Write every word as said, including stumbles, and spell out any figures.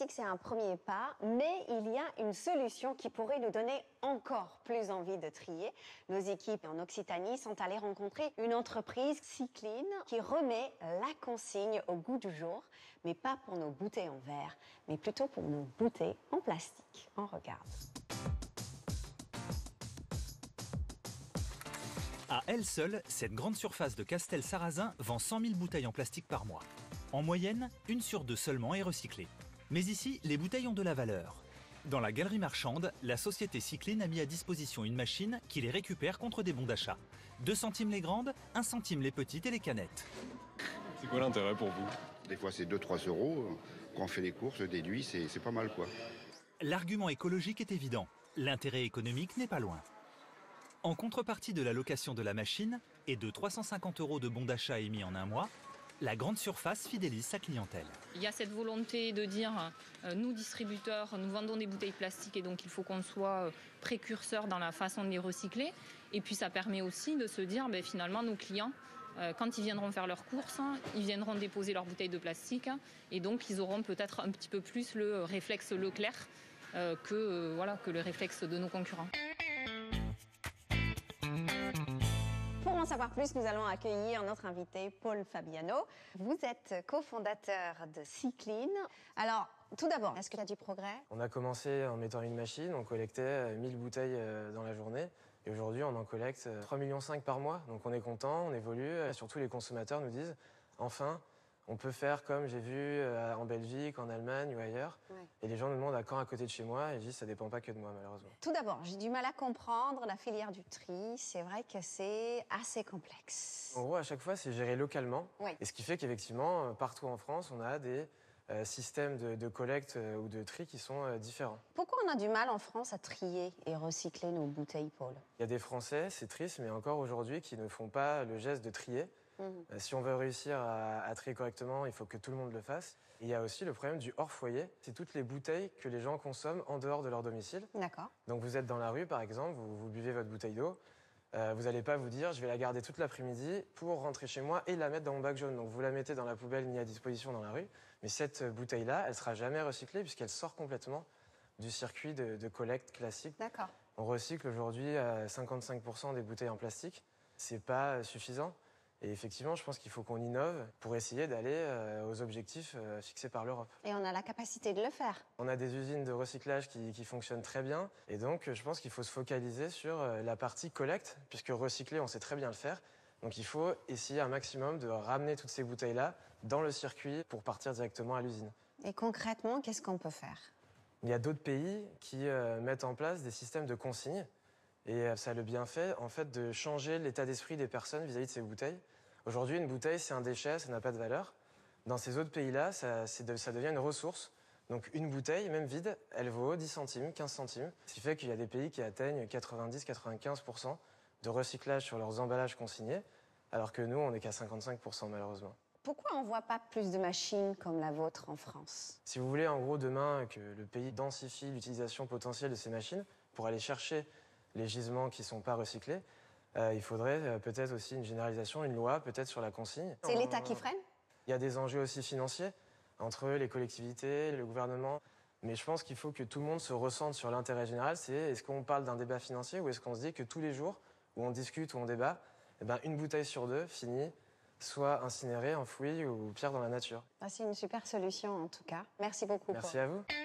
plastique, c'est un premier pas, mais il y a une solution qui pourrait nous donner encore plus envie de trier. Nos équipes en Occitanie sont allées rencontrer une entreprise, Cycline, qui remet la consigne au goût du jour, mais pas pour nos bouteilles en verre, mais plutôt pour nos bouteilles en plastique. On regarde. À elle seule, cette grande surface de Castel-Sarrazin vend cent mille bouteilles en plastique par mois. En moyenne, une sur deux seulement est recyclée. Mais ici, les bouteilles ont de la valeur. Dans la galerie marchande, la société Cycline a mis à disposition une machine qui les récupère contre des bons d'achat. deux centimes les grandes, un centime les petites et les canettes. C'est quoi l'intérêt pour vous? Des fois, c'est deux à trois euros. Quand on fait les courses, déduit, c'est, c'est pas mal, quoi. L'argument écologique est évident. L'intérêt économique n'est pas loin. En contrepartie de la location de la machine et de trois cent cinquante euros de bons d'achat émis en un mois, la grande surface fidélise sa clientèle. Il y a cette volonté de dire, euh, nous distributeurs, nous vendons des bouteilles plastiques et donc il faut qu'on soit euh, précurseurs dans la façon de les recycler. Et puis ça permet aussi de se dire, ben, finalement, nos clients, euh, quand ils viendront faire leurs courses, hein, ils viendront déposer leurs bouteilles de plastique hein, et donc ils auront peut-être un petit peu plus le réflexe Leclerc euh, que, euh, voilà, que le réflexe de nos concurrents. Pour en savoir plus, nous allons accueillir notre invité, Paul Fabiano. Vous êtes cofondateur de Cycline. Alors, tout d'abord, est-ce qu'il y a du progrès? On a commencé en mettant une machine, on collectait mille bouteilles dans la journée. Et aujourd'hui, on en collecte trois virgule cinq millions par mois. Donc on est content, on évolue. Et surtout, les consommateurs nous disent, enfin, on peut faire comme j'ai vu en Belgique, en Allemagne ou ailleurs. Ouais. Et les gens nous demandent à quand à côté de chez moi. Et je dis, ça dépend pas que de moi, malheureusement. Tout d'abord, j'ai du mal à comprendre la filière du tri. C'est vrai que c'est assez complexe. En gros, à chaque fois, c'est géré localement. Ouais. Et ce qui fait qu'effectivement, partout en France, on a des euh, systèmes de, de collecte euh, ou de tri qui sont euh, différents. Pourquoi on a du mal en France à trier et recycler nos bouteilles, Paul? Il y a des Français, c'est triste, mais encore aujourd'hui, qui ne font pas le geste de trier. Mmh. Euh, si on veut réussir à, à trier correctement, il faut que tout le monde le fasse. Et il y a aussi le problème du hors-foyer. C'est toutes les bouteilles que les gens consomment en dehors de leur domicile. D'accord. Donc vous êtes dans la rue, par exemple, vous, vous buvez votre bouteille d'eau. Euh, vous n'allez pas vous dire, je vais la garder toute l'après-midi pour rentrer chez moi et la mettre dans mon bac jaune. Donc vous la mettez dans la poubelle mis à disposition dans la rue. Mais cette bouteille-là, elle sera jamais recyclée puisqu'elle sort complètement du circuit de, de collecte classique. D'accord. On recycle aujourd'hui à cinquante-cinq pour cent des bouteilles en plastique. C'est pas suffisant. Et effectivement, je pense qu'il faut qu'on innove pour essayer d'aller euh, aux objectifs euh, fixés par l'Europe. Et on a la capacité de le faire. On a des usines de recyclage qui, qui fonctionnent très bien. Et donc, je pense qu'il faut se focaliser sur euh, la partie collecte, puisque recycler, on sait très bien le faire. Donc, il faut essayer un maximum de ramener toutes ces bouteilles-là dans le circuit pour partir directement à l'usine. Et concrètement, qu'est-ce qu'on peut faire? Il y a d'autres pays qui euh, mettent en place des systèmes de consigne. Et ça a le bienfait, en fait, de changer l'état d'esprit des personnes vis-à-vis de ces bouteilles. Aujourd'hui, une bouteille, c'est un déchet, ça n'a pas de valeur. Dans ces autres pays-là, ça, de, ça devient une ressource. Donc une bouteille, même vide, elle vaut dix centimes, quinze centimes. Ce qui fait qu'il y a des pays qui atteignent quatre-vingt-dix à quatre-vingt-quinze pour cent de recyclage sur leurs emballages consignés, alors que nous, on n'est qu'à cinquante-cinq pour cent, malheureusement. Pourquoi on ne voit pas plus de machines comme la vôtre en France? Si vous voulez, en gros, demain, que le pays densifie l'utilisation potentielle de ces machines pour aller chercher les gisements qui ne sont pas recyclés, euh, il faudrait euh, peut-être aussi une généralisation, une loi, peut-être sur la consigne. C'est l'État qui freine? Il y a des enjeux aussi financiers entre les collectivités, le gouvernement. Mais je pense qu'il faut que tout le monde se ressente sur l'intérêt général. C'est est-ce qu'on parle d'un débat financier ou est-ce qu'on se dit que tous les jours où on discute, où on débat, eh ben, une bouteille sur deux finit soit incinérée, enfouie ou pire dans la nature. Ah, c'est une super solution en tout cas. Merci beaucoup. Merci Paul. à vous.